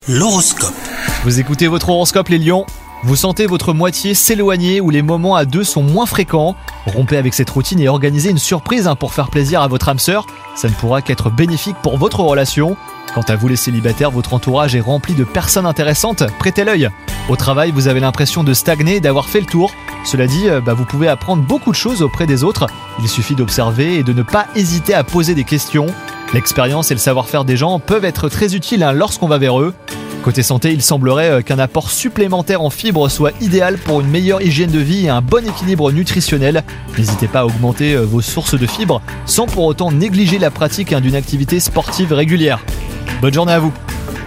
L'horoscope. Vous écoutez votre horoscope les lions. Vous sentez votre moitié s'éloigner ou les moments à deux sont moins fréquents. Rompez avec cette routine et organisez une surprise pour faire plaisir à votre âme sœur. Ça ne pourra qu'être bénéfique pour votre relation. Quant à vous les célibataires, votre entourage est rempli de personnes intéressantes, prêtez l'œil. Au travail, vous avez l'impression de stagner et d'avoir fait le tour. Cela dit, vous pouvez apprendre beaucoup de choses auprès des autres. Il suffit d'observer et de ne pas hésiter à poser des questions. L'expérience et le savoir-faire des gens peuvent être très utiles lorsqu'on va vers eux. Côté santé, il semblerait qu'un apport supplémentaire en fibres soit idéal pour une meilleure hygiène de vie et un bon équilibre nutritionnel. N'hésitez pas à augmenter vos sources de fibres sans pour autant négliger la pratique d'une activité sportive régulière. Bonne journée à vous!